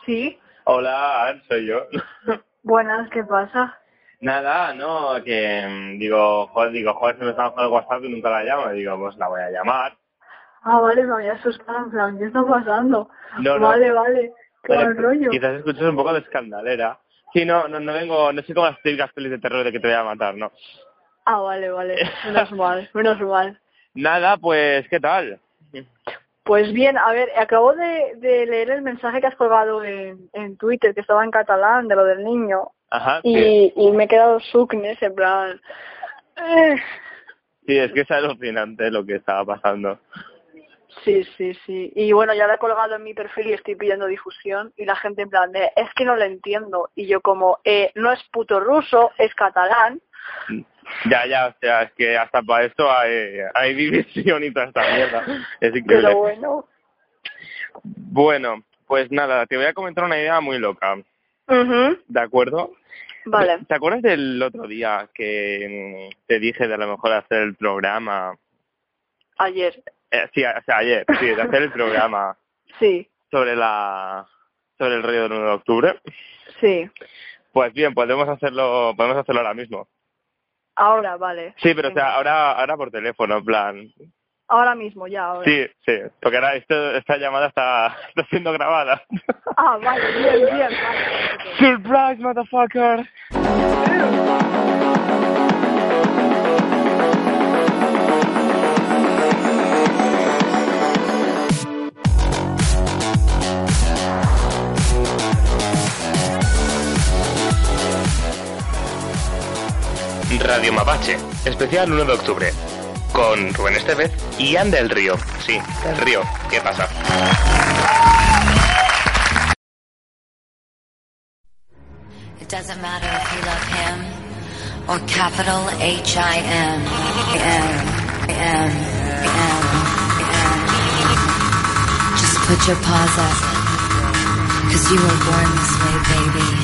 Sí. Hola, soy yo. Buenas, ¿qué pasa? Nada, no, que joder, se me está con el WhatsApp y nunca la llamo. Y digo, pues la voy a llamar. Ah, vale, me había asustado, en plan, ¿qué está pasando? No, Vale, qué Vale, mal rollo. quizás escuches un poco de escandalera. Sí, no vengo, no soy como las típicas pelis de terror de que te voy a matar, no. Ah, vale, menos mal. Nada, pues, ¿qué tal? Pues bien, a ver, acabo de leer el mensaje que has colgado en Twitter, que estaba en catalán, de lo del niño. Ajá, Y me he quedado sucnes, en plan... Sí, es que es alucinante lo que estaba pasando. Sí. Y bueno, ya lo he colgado en mi perfil y estoy pidiendo difusión y la gente en plan de, es que no lo entiendo. Y yo como, no es puto ruso, es catalán. Ya, o sea, es que hasta para esto hay división y toda esta mierda. Es increíble. Pero bueno. Bueno, pues nada, te voy a comentar una idea muy loca. Uh-huh. ¿De acuerdo? Vale. ¿Te acuerdas del otro día que te dije de a lo mejor hacer el programa? Ayer. Sí, o sea, ayer, sí, de hacer el programa. Sí. Sobre el rollo del 1 de octubre. Sí. Pues bien, podemos hacerlo ahora mismo. Ahora, vale. Sí, pero o sea, ahora por teléfono, en plan. Ahora mismo, ya, ahora. Sí, porque ahora esta llamada está siendo grabada. Ah, vale, bien, vale. Surprise, motherfucker. Radio Mapache, especial 1 de octubre, con Rubén Estevez y Ann del Río. Sí, del Río. ¿Qué pasa? It doesn't matter if you love him or capital H-I-M. Just put your paws up, 'cause you were born this way, baby.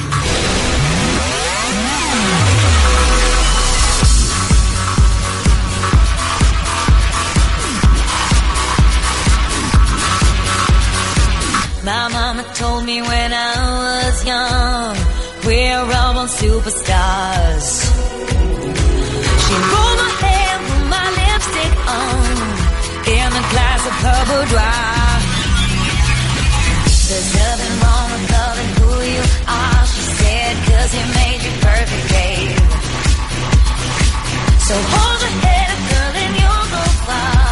My mama told me when I was young, we're all born superstars. She rolled my hair, put my lipstick on, in a glass of her boudoir. There's nothing wrong with loving who you are, she said, 'cause he made you perfect, babe. So hold your head up, girl, and you'll go far.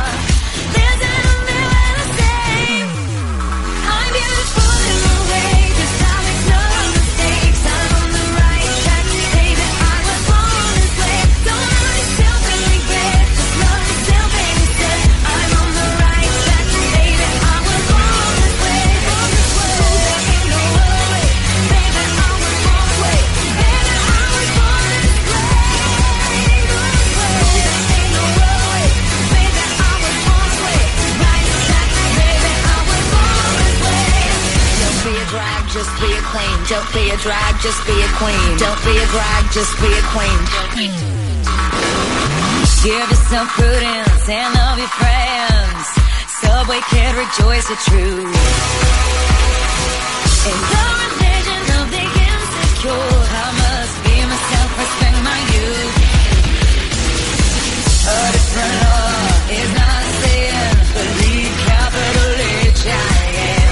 Just be a queen. Don't be a drag, just be a queen. Don't be a drag, just be a queen. Give yourself prudence and love your friends. Subway kid, rejoice the truth. In the religion of the insecure, I must be myself, respect my youth. A different law is not sin, believe capital H-I-M.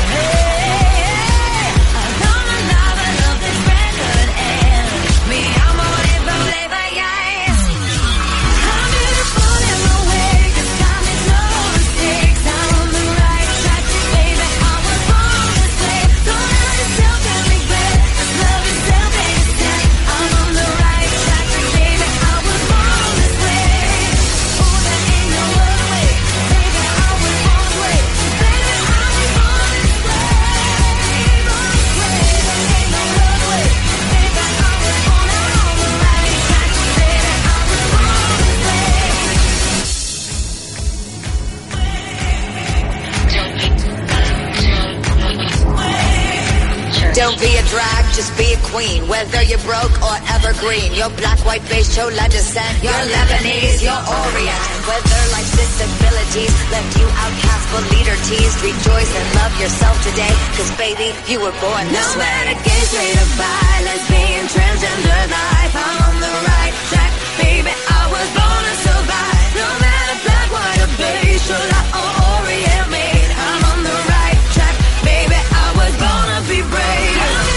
drag, just be a queen. Whether you're broke or evergreen, you're black, white, beige, chola descent, you're Lebanese, you're Orient. Whether life's disabilities left you outcast but leader teased, rejoice and love yourself today, cause baby, you were born this way. No matter gay, straight or bi, lesbian, transgender life, I'm on the right track, baby, I was born to survive. No matter black, white or beige, chola or Orient made, I'm on the right track, baby, I was born to be brave.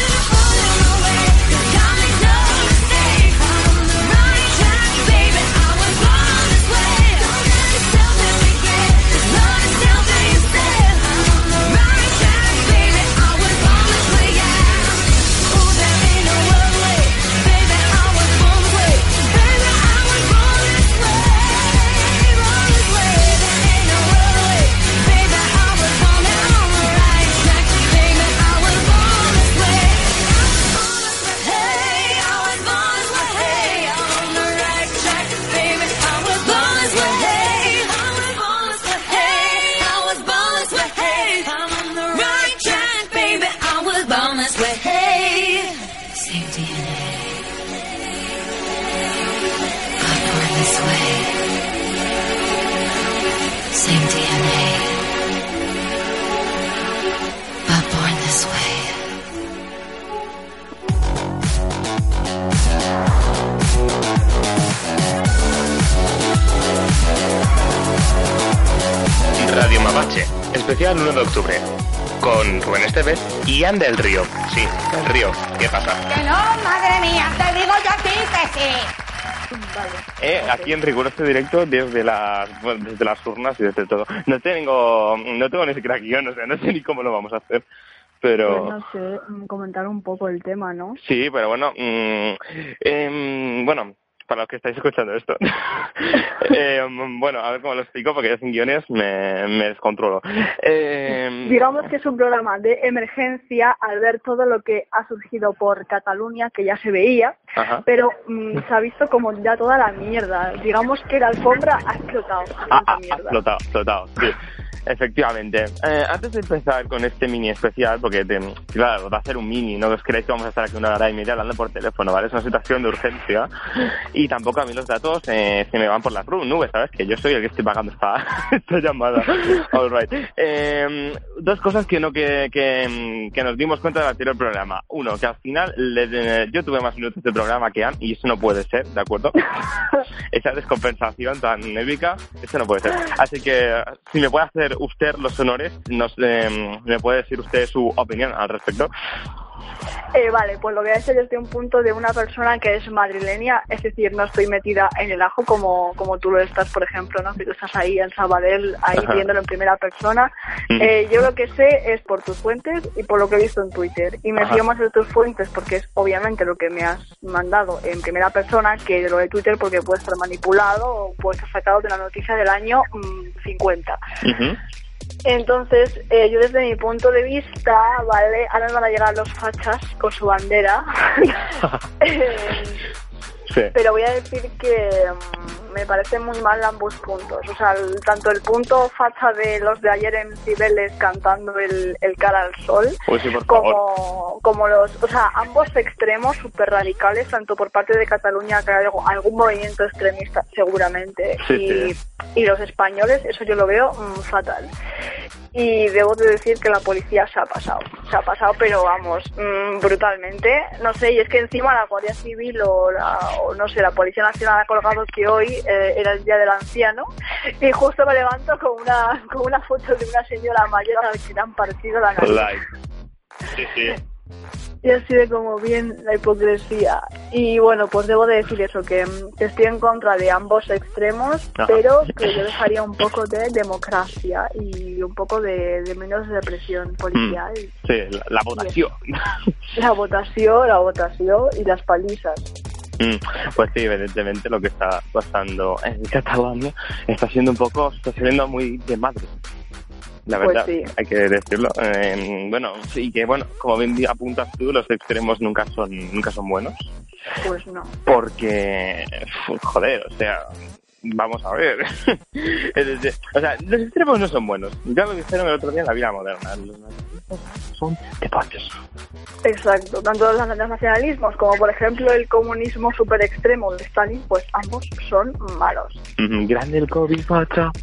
Radio Mapache, especial 1 de octubre, con Rubén Estevez y Anne del Río. Sí, del Río. ¿Qué pasa? Que no, madre mía, te digo yo a ti que sí. Vale. Aquí en riguroso directo desde las urnas y desde todo. No tengo ni siquiera guión, o sea, no sé ni cómo lo vamos a hacer. Pero... Pues no sé, comentar un poco el tema, ¿no? Sí, pero bueno, bueno, para los que estáis escuchando esto. Bueno, a ver cómo lo explico, porque yo sin guiones me descontrolo. Digamos que es un programa de emergencia al ver todo lo que ha surgido por Cataluña, que ya se veía, Ajá. pero se ha visto como ya toda la mierda. Digamos que la alfombra ha explotado. Ha explotado, sí. Efectivamente. Antes de empezar con este mini especial, porque claro, va a ser un mini, no os creéis que vamos a estar aquí 1 hora y media hablando por teléfono, ¿vale? Es una situación de urgencia y tampoco a mí los datos se me van por las nubes, ¿sabes? Que yo soy el que estoy pagando esta llamada. All right. 2 cosas que nos dimos cuenta del anterior programa. Uno, que al final yo tuve más minutos de programa que Anne y eso no puede ser, ¿de acuerdo? Esa descompensación tan épica, eso no puede ser. Así que si me puede hacer usted los honores, me puede decir usted su opinión al respecto. Vale, pues lo voy a decir desde un punto de una persona que es madrileña, es decir, no estoy metida en el ajo como tú lo estás, por ejemplo, ¿no? Que tú estás ahí en Sabadell, ahí viéndolo en primera persona. Yo lo que sé es por tus fuentes y por lo que he visto en Twitter. Y me fío más de tus fuentes porque es obviamente lo que me has mandado en primera persona que de lo de Twitter, porque puede estar manipulado o puede estar sacado de una noticia del año 50. Entonces, yo desde mi punto de vista, ¿vale? Ahora van a llegar los fachas con su bandera. Sí. Pero voy a decir que me parecen muy mal ambos puntos. O sea, tanto el punto facha de los de ayer en Cibeles cantando el cara al sol, sí, por favor, como los, o sea, ambos extremos súper radicales, tanto por parte de Cataluña, que hay algún movimiento extremista seguramente, y los españoles, eso yo lo veo fatal. Y debo de decir que la policía se ha pasado pero vamos, brutalmente, no sé, y es que encima la Guardia Civil o no sé, la Policía Nacional ha colgado que hoy era el día del anciano, y justo me levanto con una foto de una señora mayor a la que le han partido la nariz. Sí. Y así de como bien la hipocresía. Y bueno, pues debo de decir eso, que estoy en contra de ambos extremos, pero que yo dejaría un poco de democracia y un poco de menos represión policial. Sí, la votación. La votación y las palizas. Pues sí, evidentemente lo que está pasando en Cataluña está siendo muy de madre. La verdad, pues sí, hay que decirlo. Bueno, sí, que bueno, como bien apuntas tú, los extremos nunca son buenos. Pues no. Porque, joder, o sea, vamos a ver. O sea, los extremos no son buenos. Ya lo dijeron el otro día en la vida moderna. Los nacionalistas son tepaches. Exacto, tanto los nacionalismos como por ejemplo el comunismo super extremo de Stalin, pues ambos son malos. Grande el COVID, facha.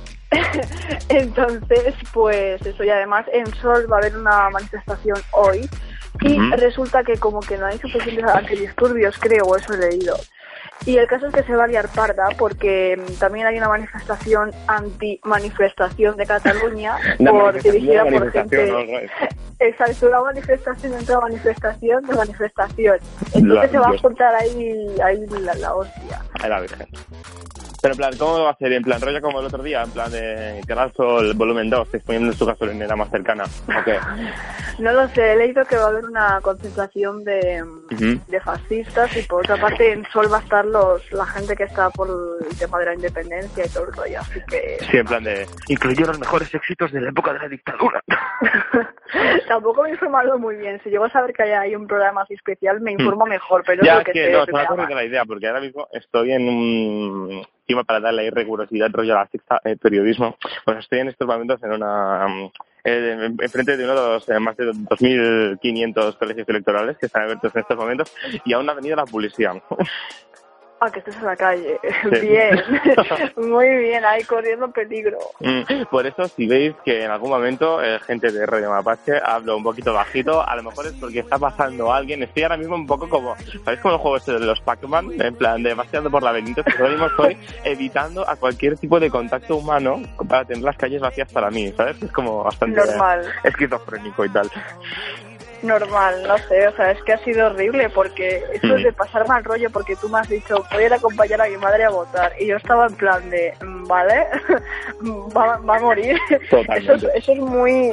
Entonces, pues eso, y además en Sol va a haber una manifestación hoy y resulta que como que no hay suficientes antidisturbios, creo, o eso he leído. Y el caso es que se va a liar parda porque también hay una manifestación anti-manifestación de Cataluña dirigida por gente... ¿no? Exacto, una manifestación dentro de manifestación de manifestación. Entonces se va a juntar ahí la hostia. Ay, la virgen. Pero en plan, ¿cómo va a ser? En plan, rollo como el otro día, en plan de Canal Sol volumen 2, exponiendo en su gasolinera más cercana, ¿o qué? No lo sé, he leído que va a haber una concentración de fascistas y por otra parte en Sol va a estar la gente que está por el tema de la independencia y todo el rollo, así que... Sí, en plan de... Incluyó los mejores éxitos de la época de la dictadura. Tampoco me he informado muy bien, si llego a saber que hay un programa así especial me informo mejor, pero ya, es lo que no, se me ha ocurrido la idea, porque ahora mismo estoy en un... para darle rigurosidad rollo a la sexta periodismo, pues estoy en estos momentos en una enfrente de uno de los más de 2.500 colegios electorales que están abiertos en estos momentos y aún no ha venido la policía. Ah, que estés en la calle. Sí. Bien. Muy bien, ahí corriendo peligro. Por eso, si veis que en algún momento gente de Radio Mapache hablo un poquito bajito, a lo mejor es porque está pasando alguien. Estoy ahora mismo un poco como, ¿sabéis como el juego este de los Pac-Man? En plan, de paseando por laberintos, pues ahora mismo estoy evitando a cualquier tipo de contacto humano para tener las calles vacías para mí, ¿sabes? Es como bastante normal, esquizofrénico y tal. Normal, no sé, o sea, es que ha sido horrible porque eso es de pasar mal rollo porque tú me has dicho, voy a ir a acompañar a mi madre a votar y yo estaba en plan de, ¿vale? va a morir. Totalmente. Eso es muy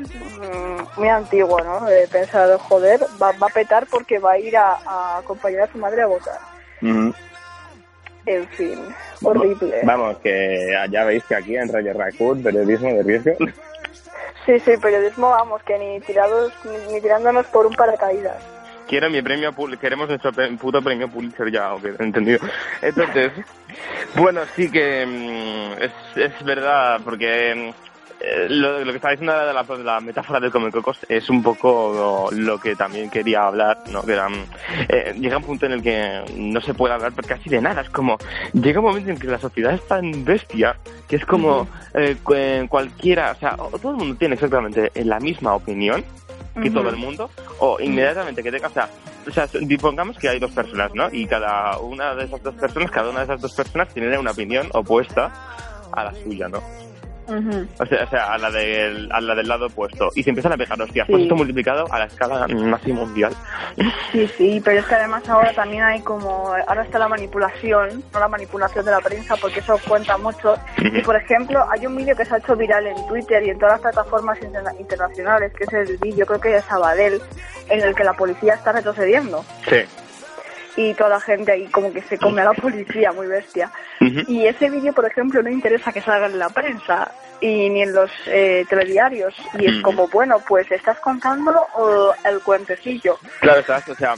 antiguo, ¿no? He pensado, joder, va a petar porque va a ir a acompañar a su madre a votar. En fin, horrible. Vamos, que ya veis que aquí en Radio Raccoon, periodismo de riesgo... Sí, periodismo, vamos, que ni tirándonos por un paracaídas. Quiero mi premio Pulitzer, queremos nuestro puto premio Pulitzer ya, ok, entendido. Entonces, bueno, sí que es verdad, porque lo que estaba diciendo de la metáfora del comecocos es un poco lo que también quería hablar, ¿no? Que era, llega un punto en el que no se puede hablar casi de nada, es como, llega un momento en que la sociedad es tan bestia que es como cualquiera, o sea, todo el mundo tiene exactamente la misma opinión que todo el mundo, o inmediatamente que tenga, o sea, supongamos que hay dos personas, ¿no? Y cada una de esas dos personas tiene una opinión opuesta a la suya, ¿no? O sea, a la del lado opuesto. Y se empiezan a pegar hostias. Sí. Pues esto multiplicado a la escala así mundial. Sí, pero es que además ahora también hay como... Ahora está la manipulación, no la manipulación de la prensa, porque eso cuenta mucho. Y, por ejemplo, hay un vídeo que se ha hecho viral en Twitter y en todas las plataformas internacionales, que es el vídeo, creo que de Sabadell, en el que la policía está retrocediendo. Sí. Y toda la gente ahí como que se come a la policía, muy bestia. Y ese vídeo, por ejemplo, no interesa que salga en la prensa y ni en los telediarios. Y es como, bueno, pues ¿estás contándolo o el cuentecillo? Claro, estás, o sea,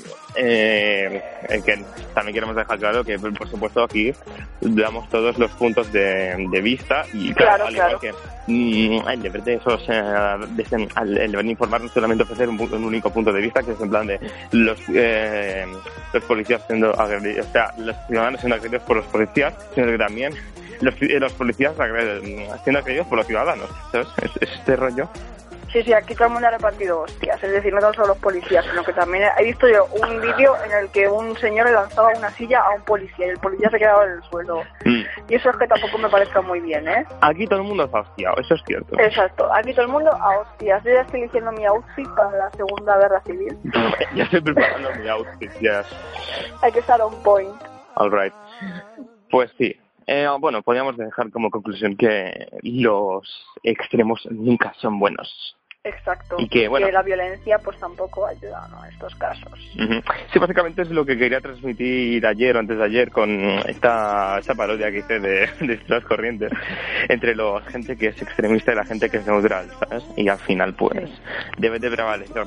que también queremos dejar claro que, por supuesto, aquí damos todos los puntos de vista y claro, al igual que el deber de esos, el deber de informar no solamente ofrecer un único punto de vista, que es en plan de los policías siendo agredidos, o sea, los ciudadanos siendo agredidos por los policías, sino que también los policías siendo agredidos por los ciudadanos, ¿sabes? Es este rollo. Sí, aquí todo el mundo ha repartido hostias, es decir, no tan solo los policías, sino que también he visto yo un vídeo en el que un señor le lanzaba una silla a un policía y el policía se quedaba en el suelo. Y eso es que tampoco me parezca muy bien, ¿eh? Aquí todo el mundo está hostiado, eso es cierto. Exacto, aquí todo el mundo a hostias. Yo ya estoy diciendo mi outfit para la Segunda Guerra Civil. Ya estoy preparando mi outfit, ya. Hay que estar on point. All right. Pues sí. Bueno, podríamos dejar como conclusión que los extremos nunca son buenos. Exacto. Y que, bueno, la violencia pues tampoco ayuda, ¿no? En estos casos. Uh-huh. Sí, básicamente es lo que quería transmitir ayer o antes de ayer con esta parodia que hice de Historias Corrientes entre la gente que es extremista y la gente que es neutral, ¿sabes? Y al final pues debe de prevalecer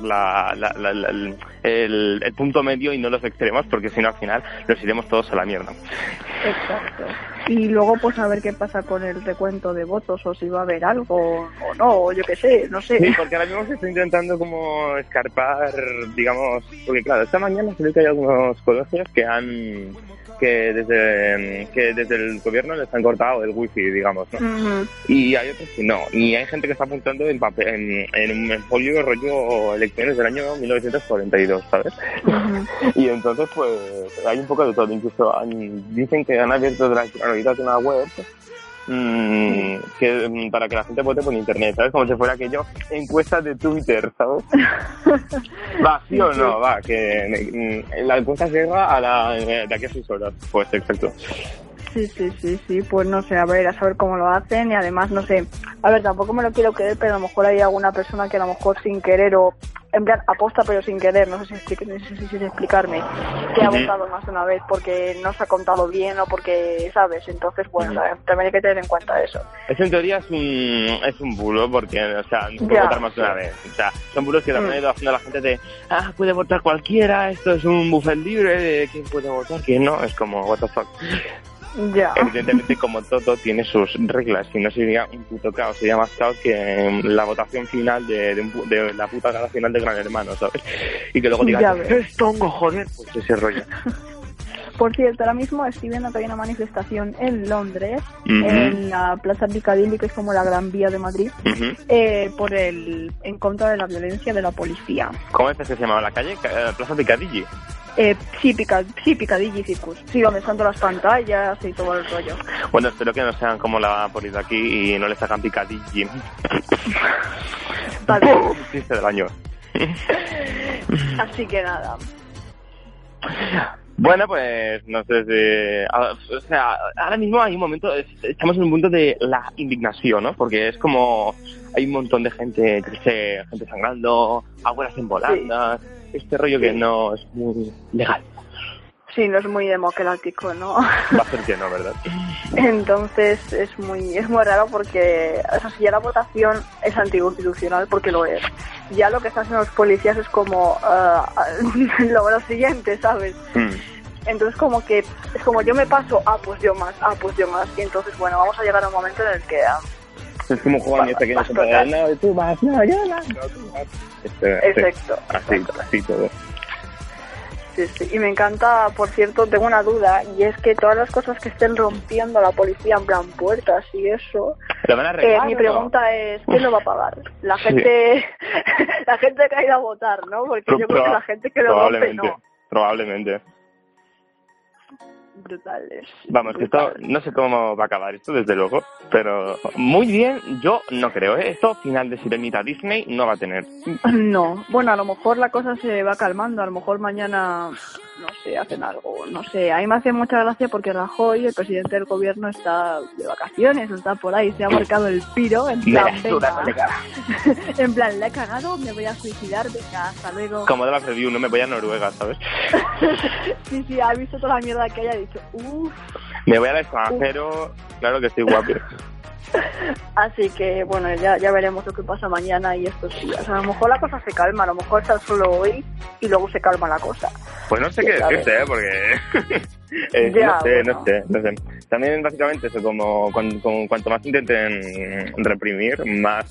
el punto medio y no los extremos, porque si no al final nos iremos todos a la mierda. Exacto. Y luego pues a ver qué pasa con el recuento de votos, o si va a haber algo o no, o yo qué sé, no sé. Sí, porque ahora mismo se está intentando como escarpar, digamos, porque claro, esta mañana se ve que hay algunos colegios que desde el gobierno les han cortado el wifi, digamos, ¿no? Uh-huh. Y hay otros que no, y hay gente que está apuntando en papel, en un folio rollo elecciones del año 1942, ¿sabes? Uh-huh. Y entonces pues hay un poco de todo, incluso dicen que han abierto de una web que para que la gente vote por internet, ¿sabes? Como si fuera aquello encuesta de Twitter, ¿sabes? Va, sí o no, va, que la encuesta llega de aquí a 6 horas, pues exacto. Sí, pues no sé, a saber cómo lo hacen, y además, no sé, a ver, tampoco me lo quiero creer, pero a lo mejor hay alguna persona que a lo mejor sin querer, o en plan aposta pero sin querer, no sé si explicarme, que ha votado más de una vez porque no se ha contado bien o porque, ¿sabes? Entonces, bueno, también hay que tener en cuenta eso. Eso en teoría es un bulo, porque, o sea, no puede votar más de una vez. O sea, son bulos que también ha ido haciendo la gente de, puede votar cualquiera, esto es un buffet libre de quién puede votar, quién no, es como, what the fuck. Ya. Evidentemente, como todo tiene sus reglas, si no sería un puto caos, sería más caos que la votación final de la puta gala final de Gran Hermano, ¿sabes? Y que luego digan, es tongo, joder, pues ese rollo. Por cierto, ahora mismo estoy viendo que hay una manifestación en Londres, en la Plaza Piccadilly, que es como la Gran Vía de Madrid, en contra de la violencia de la policía. ¿Cómo es que se llamaba la calle? Plaza Piccadilly. Sí, Piccadilly Circus. Sí, donde están todas las pantallas y todo el rollo. Bueno, espero que no sean como la policía aquí y no le sacan Piccadilly. Vale. Chiste del año. Así que nada. Bueno, pues no sé si... O sea, ahora mismo hay un momento... Estamos en un punto de la indignación, ¿no? Porque es como... Hay un montón de gente sangrando, abuelas en volandas... Sí. Este rollo que no es muy legal. Sí, no es muy democrático, ¿no? Va a ser que no, ¿verdad? Entonces es muy raro porque, o sea, si ya la votación es anticonstitucional, porque lo es, ya lo que están haciendo los policías es como lo siguiente, ¿sabes? Entonces es como yo me paso, pues yo más, y entonces bueno, vamos a llegar a un momento en el que... es como Juan y este que no se puede, no, tú vas, no, yo no, tú vas. Exacto. Así todo. Sí. Y me encanta, por cierto, tengo una duda, y es que todas las cosas que estén rompiendo la policía, en plan puertas y eso, ¿lo van a arreglar, mi pregunta es, ¿quién lo va a pagar? La gente la gente que ha ido a votar, ¿no? Porque yo creo que la gente que lo rompe, no. Probablemente. Brutales. Vamos, que esto no sé cómo va a acabar esto, desde luego, pero muy bien, yo no creo, ¿eh? Esto, final de Sirenita Disney, no va a tener. No, bueno, a lo mejor la cosa se va calmando, a lo mejor mañana, no sé, hacen algo, no sé. A mí me hace mucha gracia porque Rajoy, el presidente del gobierno, está de vacaciones, está por ahí, se ha marcado el piro, en plan, en plan, la he cagado, me voy a suicidar, venga, hasta luego. Como de la preview, no me voy a Noruega, ¿sabes? Sí, ha visto toda la mierda que haya dicho, me voy al extranjero, claro que estoy guapo. Así que, bueno, ya veremos lo que pasa mañana y estos días. A lo mejor la cosa se calma, a lo mejor está solo hoy y luego se calma la cosa. Pues no sé qué decirte, porque... no sé. También, básicamente, eso, como cuanto más intenten reprimir, más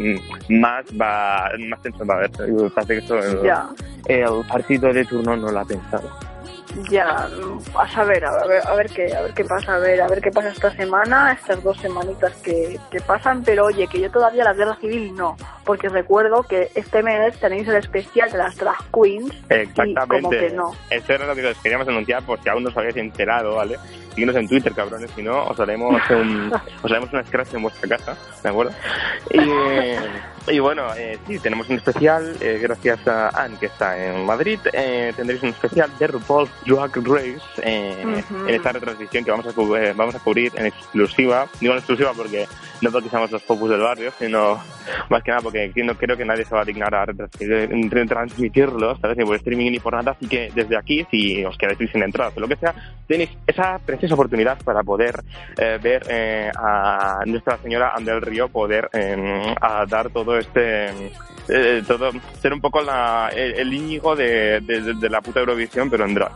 tenso va a haber. Parece que eso el partido de turno no lo ha pensado. Ya, a saber qué pasa, a ver qué pasa esta semana, estas 2 semanitas que pasan, pero oye, que yo todavía la guerra civil no, porque recuerdo que este mes tenéis el especial de las drag queens. Exactamente. Y como que no. Eso era lo que os queríamos anunciar, por si aún no os habéis enterado, ¿vale? Síguenos en Twitter, cabrones, si no, os haremos un scratch en vuestra casa, ¿de acuerdo? Y bueno, sí, tenemos un especial, gracias a Anne, que está en Madrid. Tendréis un especial de RuPaul's Drag Race en esta retransmisión que vamos a cubrir en exclusiva. Digo en exclusiva porque no porque seamos los popus del barrio, sino más que nada porque no creo que nadie se va a dignar a retransmitirlo, ¿sabes? Ni por streaming ni por nada. Así que desde aquí, si os quedáis sin entradas o lo que sea, tenéis esa preciosa oportunidad para poder ver a Nuestra Señora Anne del Río poder a dar todo todo, ser un poco el Íñigo de la puta Eurovisión, pero en drag.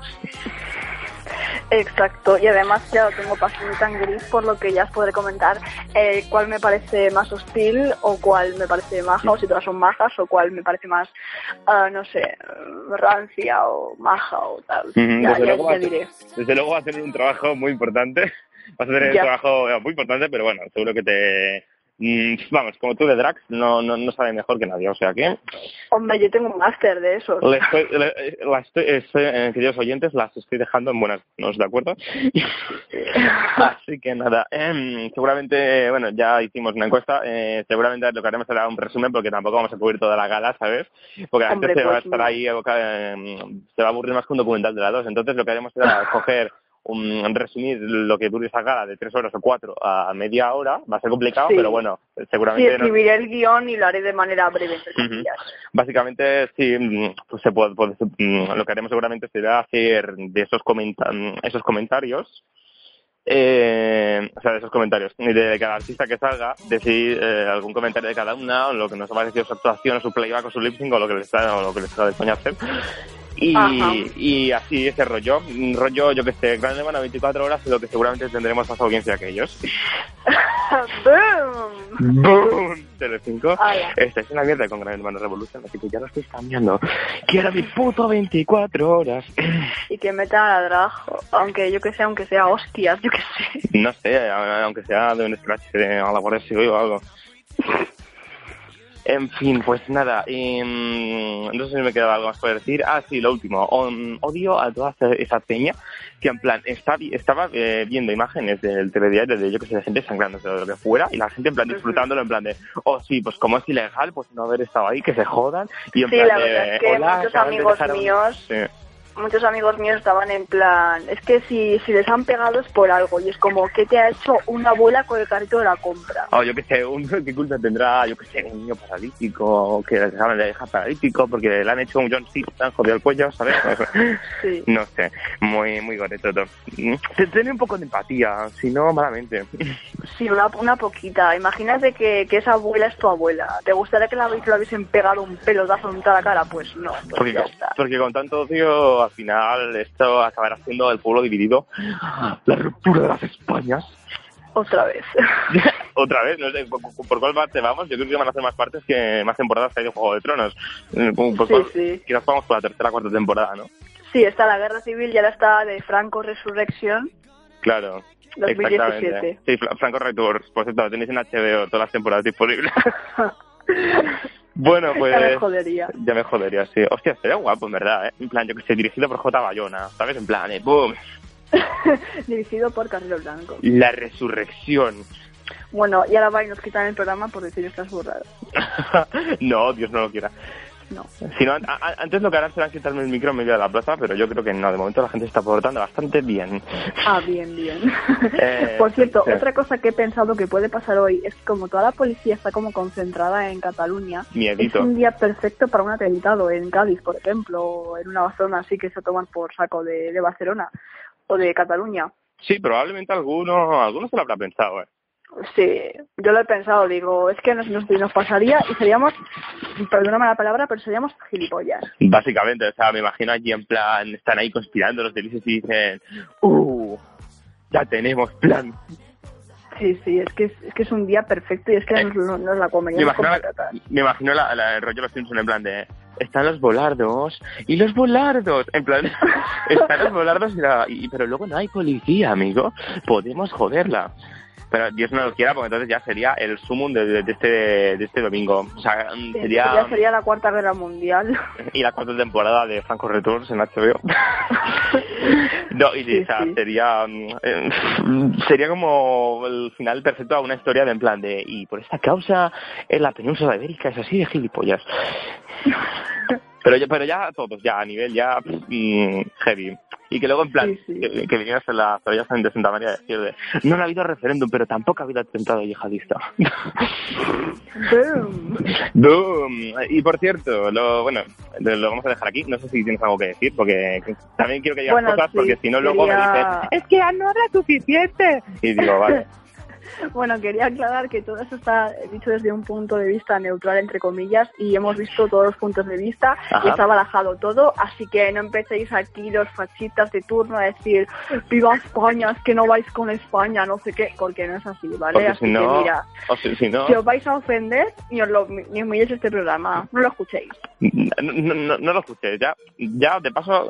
Exacto, y además ya tengo pasionita en gris, por lo que ya os podré comentar cuál me parece más hostil o cuál me parece maja, o si todas son majas, o cuál me parece más, no sé, rancia o maja o tal. Ya diré. Desde luego va a tener un trabajo muy importante, vas a tener un trabajo muy importante, pero bueno, seguro que te... Vamos, como tú de drags, no sabe mejor que nadie, o sea que... Hombre, yo tengo un máster de eso. Queridos oyentes, las estoy dejando en buenas manos, ¿de acuerdo? Así que nada, seguramente, bueno, ya hicimos una encuesta, seguramente lo que haremos será un resumen porque tampoco vamos a cubrir toda la gala, ¿sabes? Porque la gente se va a estar ahí, se va a aburrir más que un documental de las dos, entonces lo que haremos será coger... resumir lo que dure esa gala de 3 horas o 4 a media hora. Va a ser complicado, pero bueno, seguramente... Sí, escribiré el guión y lo haré de manera breve. Básicamente, sí, pues se puede, lo que haremos seguramente será hacer de esos comentarios, o sea, de esos comentarios, de cada artista que salga, decir algún comentario de cada una, o lo que nos ha parecido su actuación, o su playback, o su lip sync, o lo que les está de coño hacer. Y así ese rollo, yo que sé, Gran Hermano 24 horas, lo que seguramente tendremos más audiencia que ellos. ¡Boom! ¡Boom! Tele5. Esta es una mierda con Gran Hermano Revolution, así que ya lo estoy cambiando. Quiero mi puto 24 horas. Y que metan a drag, aunque sea hostias, yo que sé. No sé, aunque sea de un scratch a la Guardia Civil o algo. En fin, pues nada, no sé si me quedaba algo más por decir. Ah, sí, lo último. Odio a toda esa peña que en plan estaba viendo imágenes del telediario de, yo que sé, de gente sangrándose o de lo que fuera, y la gente en plan disfrutándolo en plan de, sí, pues como es ilegal, pues no haber estado ahí, que se jodan. Y en plan la verdad es que muchos amigos míos... Sí. Muchos amigos míos estaban en plan, es que si les han pegado es por algo, y es como, ¿qué te ha hecho una abuela con el carrito de la compra? Yo que sé, ¿qué culpa tendrá, yo que sé, un niño paralítico, que les dejaron de dejar paralítico porque le han hecho un John C. tan jodido el cuello, ¿sabes? Sí. No sé, muy gore todo. Tiene un poco de empatía, si no, malamente. Sí, una poquita. Imagínate que esa abuela es tu abuela. ¿Te gustaría que lo hubiesen pegado un pelotazo en toda la cara? Pues no, pues ya está. Porque con tanto odio, al final, esto acabará siendo el pueblo dividido. La ruptura de las Españas. Otra vez. Otra vez, no sé, ¿por cuál parte vamos? Yo creo que van a hacer más partes más temporadas que hay de Juego de Tronos. Sí. Quizás vamos por la tercera o cuarta temporada, ¿no? Sí, está la Guerra Civil y ahora está de Franco Resurrección. Claro. 2017. Sí, Franco Returns, por cierto, lo tenéis en HBO, todas las temporadas disponibles. Bueno, pues... Ya me jodería, sí. Hostia, sería guapo, en verdad, ¿eh? En plan, yo que sé, dirigido por J. Bayona, ¿sabes? En plan, ¡boom! Dirigido por Carrero Blanco. La resurrección. Bueno, y ahora va y nos quitan el programa por decir estas burradas. No, Dios no lo quiera. No. Si no, antes lo que harán será quitarme el micro en medio de la plaza, pero yo creo que no, de momento la gente se está portando bastante bien. Bien. Por cierto, otra cosa que he pensado que puede pasar hoy es que como toda la policía está como concentrada en Cataluña, miedito. Es un día perfecto para un atentado en Cádiz, por ejemplo, o en una zona así que se toman por saco de Barcelona o de Cataluña. Sí, probablemente alguno se lo habrá pensado, Sí, yo lo he pensado, digo, es que nos pasaría y seríamos, perdóname la palabra, pero seríamos gilipollas. Básicamente, o sea, me imagino allí en plan, están ahí conspirando los delicios y dicen, ya tenemos plan. Sí, es que es un día perfecto y es que nos la comeríamos. Me imagino el rollo de los Simpsons en plan de, están los volardos y los volardos. En plan, están los volardos pero luego no hay policía, amigo. Podemos joderla. Pero Dios no lo quiera, porque entonces ya sería el sumum de este domingo. O sea, sería la Cuarta Guerra Mundial. Y la cuarta temporada de Franco Returns en HBO. No, y sí, o sea, sí. Sería como el final perfecto a una historia de en plan de, y por esta causa en la península ibérica es así de gilipollas. Pero ya todos, ya a nivel ya heavy. Y que luego en plan, sí. que vinieras en la Zoya de Santa María a decir de, no ha habido referéndum, pero tampoco ha habido atentado yihadista. Boom. Boom. Y por cierto, lo vamos a dejar aquí. No sé si tienes algo que decir, porque también quiero que digas cosas, sí, porque si no luego me dices, es que no habla suficiente. Y digo, vale. Bueno, quería aclarar que todo eso está dicho desde un punto de vista neutral, entre comillas, y hemos visto todos los puntos de vista. Ajá. Y está barajado todo, así que no empecéis aquí los fascistas de turno a decir ¡viva España! Es que no vais con España, no sé qué, porque no es así, ¿vale? Porque así si no, que mira, si os vais a ofender, ni os miréis este programa, no lo escuchéis. No lo escuchéis, ya de paso...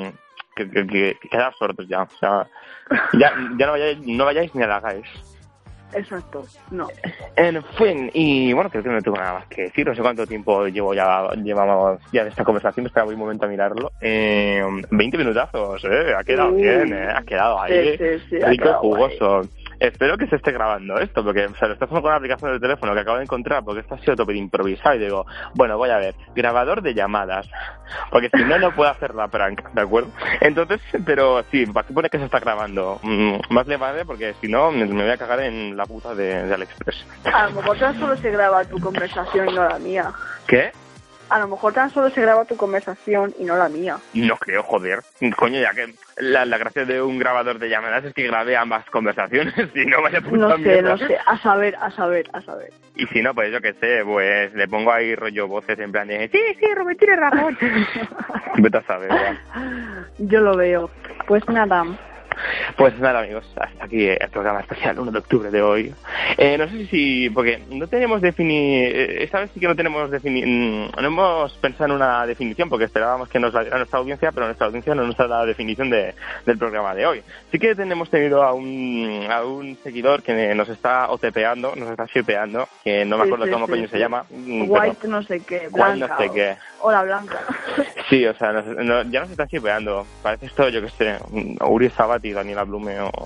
que quedad sordos ya, o sea, ya no vayáis ni a la hagáis. Exacto, no. En fin, y bueno, creo que no tengo nada más que decir. No sé cuánto tiempo llevamos ya de esta conversación. Espera un momento a mirarlo. 20 minutazos, ha quedado bien, ha quedado ahí. Sí, rico y jugoso. Ahí. Espero que se esté grabando esto, porque o sea, lo estás haciendo con una aplicación del teléfono que acabo de encontrar, porque esto ha sido tope de improvisado, y digo, bueno, voy a ver, grabador de llamadas, porque si no puedo hacer la prank, ¿de acuerdo? Entonces, pero sí, aquí pone que se está grabando. Más le vale, porque si no, me voy a cagar en la puta de AliExpress. A lo mejor tan solo se graba tu conversación y no la mía. ¿Qué? A lo mejor tan solo se graba tu conversación y no la mía. No creo, joder. Coño, ya que la gracia de un grabador de llamadas es que grabe ambas conversaciones y no vaya puta mierda. No sé. A saber. Y si no, pues yo qué sé, pues le pongo ahí rollo voces en plan de sí, Rubén tiene razón. Vete a saber, ya. Yo lo veo. Pues nada. Pues nada, amigos, hasta aquí el programa especial 1 de octubre de hoy. No sé si porque no tenemos esta vez sí que no tenemos no hemos pensado en una definición, porque esperábamos que nos la diera nuestra audiencia, pero nuestra audiencia no nos ha dado la definición del programa de hoy. Sí que hemos tenido a un seguidor que nos está OTPeando, nos está shipeando, que no me acuerdo cómo coño se llama. White no sé qué, Blanca. No sé qué. Hola, Blanca. Sí, o sea, ya nos están shipeando. Parece esto, yo qué sé, Uri Sabat y Daniela Blume o...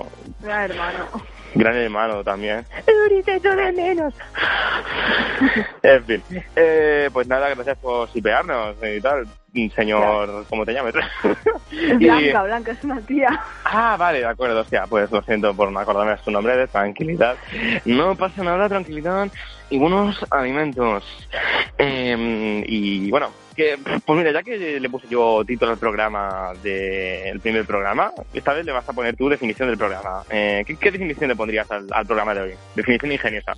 Gran hermano también. Uri, te echo de menos. En fin. Pues nada, gracias por shipearnos y tal. Señor, ¿cómo te llames? Blanca, es una tía. Ah, vale, de acuerdo, hostia, pues lo siento por no acordarme de su nombre, de tranquilidad. No pasa nada, tranquilidad y buenos alimentos. Y bueno, pues mira, ya que le puse yo título al programa el primer programa, esta vez le vas a poner tu definición del programa. ¿Qué definición le pondrías al programa de hoy? Definición ingeniosa.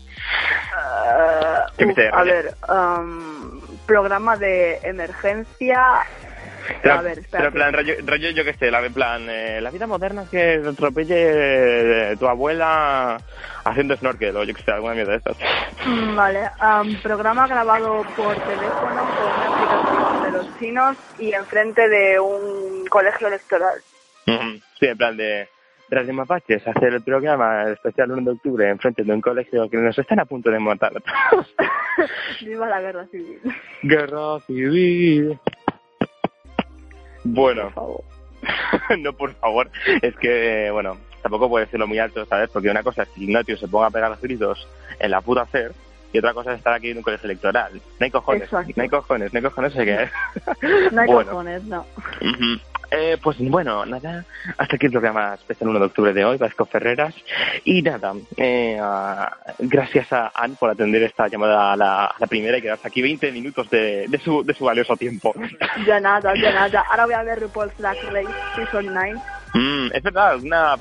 Programa de emergencia. Pero en plan, rollo yo que sé, la vida moderna es que atropelle tu abuela haciendo snorkel o yo que sé, alguna mierda de estas. Vale, programa grabado por teléfono con una aplicación de los chinos y enfrente de un colegio electoral. Sí, en plan de Radio Mapaches, hacer el programa especial 1 de octubre enfrente de un colegio que nos están a punto de matar. Viva la guerra civil. Guerra civil. Bueno, por favor. No, por favor, es que, bueno, tampoco puede decirlo muy alto, ¿sabes? Porque una cosa es que Ignatius se ponga a pegar los gritos en la puta hacer y otra cosa es estar aquí en un colegio electoral. No hay cojones, exacto. no hay cojones, sé qué es. No hay cojones, no. Pues bueno, nada, hasta aquí el programa especial 1 de octubre de hoy, Vasco Ferreras. Y nada, gracias a Anne por atender esta llamada a la primera y quedarse aquí 20 minutos de su valioso tiempo. Ya nada. Ahora voy a ver RuPaul's Drag Race Season 9. Es verdad,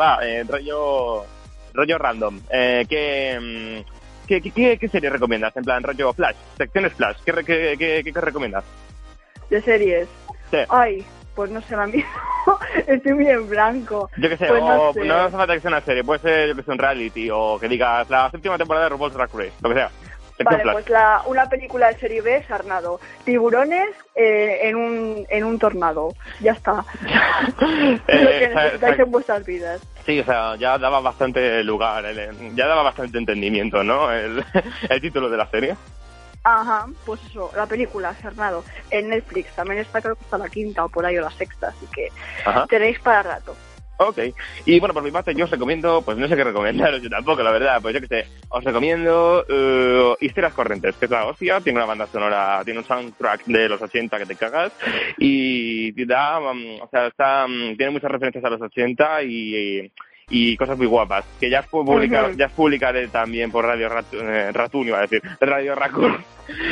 rollo random. ¿Qué serie recomiendas? En plan, rollo Flash, secciones Flash. ¿Qué recomiendas? ¿De series? Sí. Ay, pues no sé la misma. Estoy muy en blanco. Yo que sé, pues no sé. No hace falta que sea una serie, puede ser, yo que sé, un reality o que digas la 7ª temporada de RuPaul's Drag Race, lo que sea. Vale, pues una película de serie B, Sarnado. Tiburones en un tornado. Ya está. Lo que necesitáis en vuestras vidas. Sí, o sea, ya daba bastante lugar, ya daba bastante entendimiento, ¿no? El título de la serie. Ajá, pues eso, la película, Sarnado, en Netflix. También está, creo que hasta la 5ª o por ahí, o la 6ª, así que tenéis para rato. Ok, y bueno, por mi parte yo os recomiendo, pues no sé qué recomendaros yo tampoco, la verdad, pues yo que sé, os recomiendo Historias Corrientes, que es la hostia, tiene una banda sonora, tiene un soundtrack de los 80 que te cagas, y da, o sea, tiene muchas referencias a los 80 y cosas muy guapas, que ya publicaré también por Radio Ratun, iba a decir, Radio Raccoon.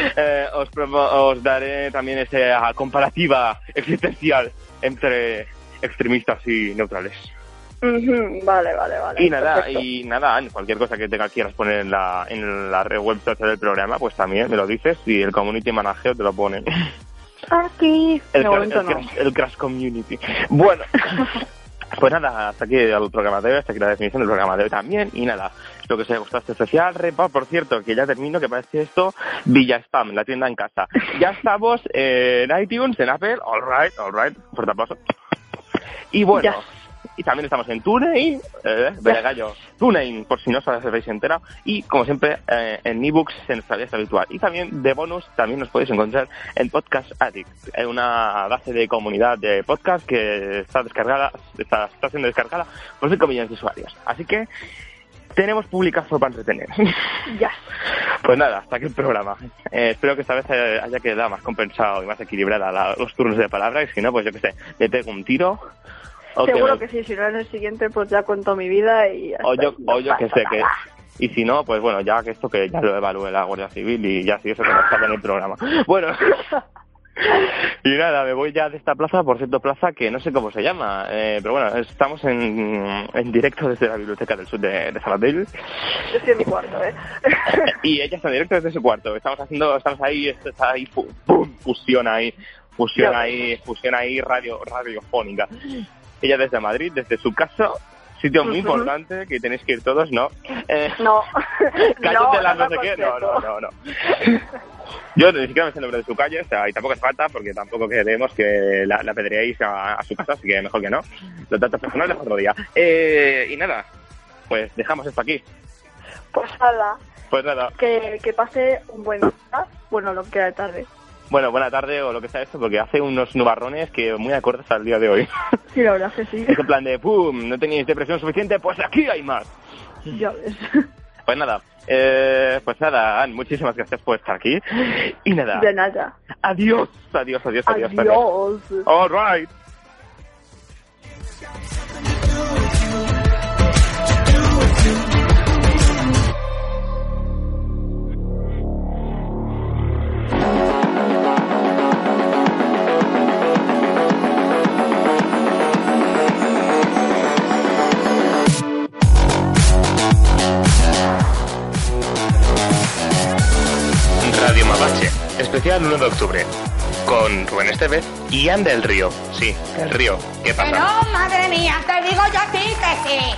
Os daré también esa comparativa existencial entre extremistas y neutrales. Vale. Y nada, cualquier cosa que quieras poner en la website del programa, pues también me lo dices y el community manager te lo pone. Aquí. El Crash Community. Bueno. Pues nada, hasta aquí el programa de hoy, hasta aquí la definición del programa de hoy también, y nada, espero que os haya gustado este especial. Por cierto, que ya termino, que parece esto Villa Spam, la tienda en casa. Ya estamos en iTunes, en Apple, alright, fuerte aplauso. Y bueno, y también estamos en TuneIn, TuneIn, por si no os habéis enterado, y como siempre en ebooks en nuestra lista habitual. Y también de bonus, también nos podéis encontrar en Podcast Addict, una base de comunidad de podcast que está siendo descargada por 5 millones de usuarios. Así que tenemos publicazo para entretener. Ya. Pues nada, hasta aquí el programa. Espero que esta vez haya quedado más compensado y más equilibrada los turnos de palabra, y si no, pues yo que sé, me pego un tiro. Seguro que sí, si no en el siguiente pues ya cuento mi vida y... O yo que sé que... Y si no, pues bueno, ya que esto que ya lo evalúe la Guardia Civil y ya si eso que nos saca en el programa. Bueno, y nada, me voy ya de esta plaza, por cierto plaza que no sé cómo se llama, pero bueno, estamos en directo desde la Biblioteca del Sur de Sabadell. Yo estoy en mi cuarto, Y ella está en directo desde su cuarto, estamos ahí, fusión ahí radiofónica. Ella desde Madrid, desde su casa, sitio muy importante que tenéis que ir todos, ¿no? No. Cállate no sé qué. No. Yo ni siquiera me sé el nombre de su calle, o sea, y tampoco es falta, porque tampoco queremos que la apedreéis a su casa, así que mejor que no. Los datos personales otro día. Y nada, pues dejamos esto aquí. Pues nada. Que pase un buen día, bueno, lo que queda de tarde. Bueno, buena tarde o lo que sea esto, porque hace unos nubarrones que muy acordes al día de hoy. Sí, la verdad que sí. Es en plan de, ¡pum! ¿No teníais depresión suficiente? Pues aquí hay más. Ya ves. Pues nada, Anne, muchísimas gracias por estar aquí. Y nada. De nada. Adiós. Adiós. All right. Radio Mapache, especial 1 de octubre, con Rubén Estevez y Anne del Río. Sí, del Río. ¿Qué pasa? No, madre mía, te digo yo a ti que sí.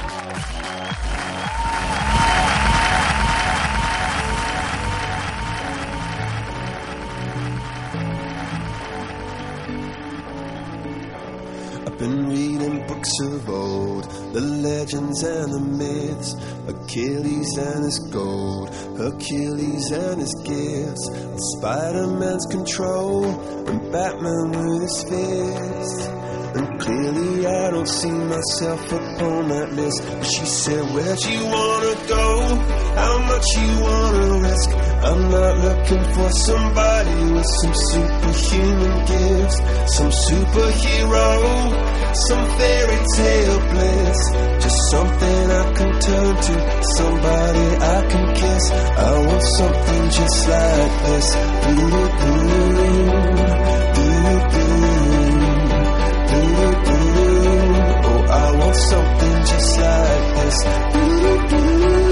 Been reading books of old, the legends and the myths, Achilles and his gold, Hercules and his gifts, Spider-Man's control, and Batman with his fists. And clearly I don't see myself upon that list. But she said, where'd you wanna go? How much you wanna risk? I'm not looking for somebody with some superhuman gifts, some superhero, some fairy tale bliss. Just something I can turn to, somebody I can kiss. I want something just like this. Oh, I want something just like this.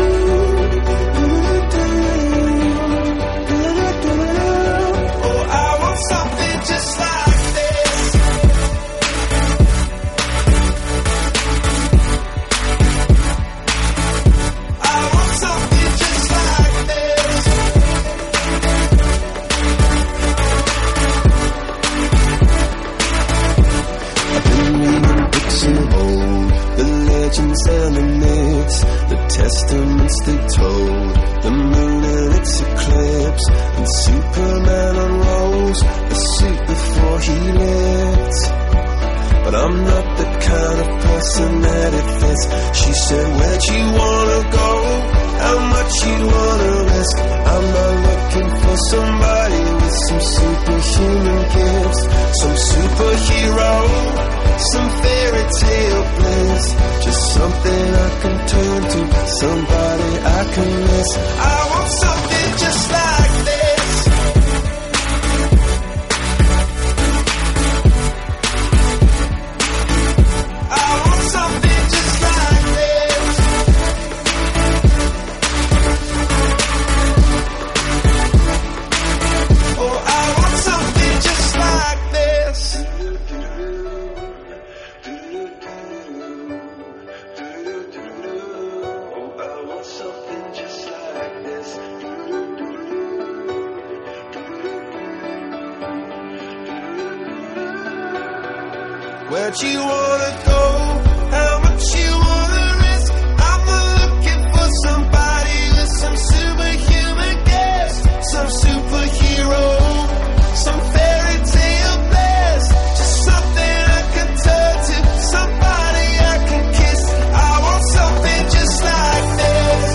Something just like this. I want something just like this. testaments they told, the moon and its eclipse, and Superman unrolls a suit before he lived. But I'm not the kind of person that it fits. She said, where'd you wanna go? How much you'd wanna risk? I'm not looking for somebody with some superhuman gifts, some superhero, some fairy tale bliss, just something I can turn to, somebody I can miss. I want something just like this. I want something just like this. Oh, I want something just like this. Oh, I want something just like this. Where'd you wanna go? How much you wanna risk? I'm not looking for somebody with some superhuman gifts, some superhero, some fairy tale bliss, just something I can turn to, somebody I can kiss. I want something just like this.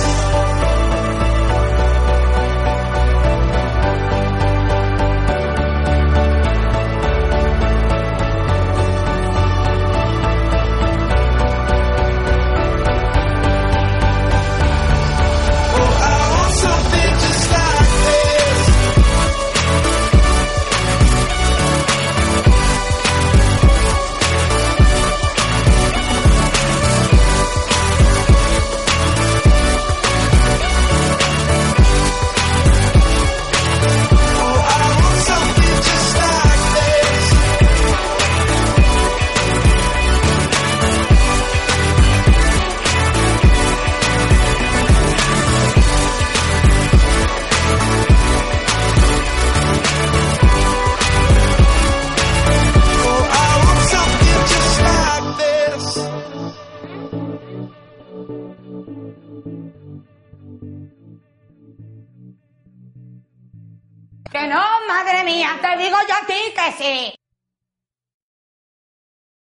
Oh, I want something just like this. Oh, I want something just like this. Oh, I want something just like this. Que no, madre mía, te digo yo a ti que sí.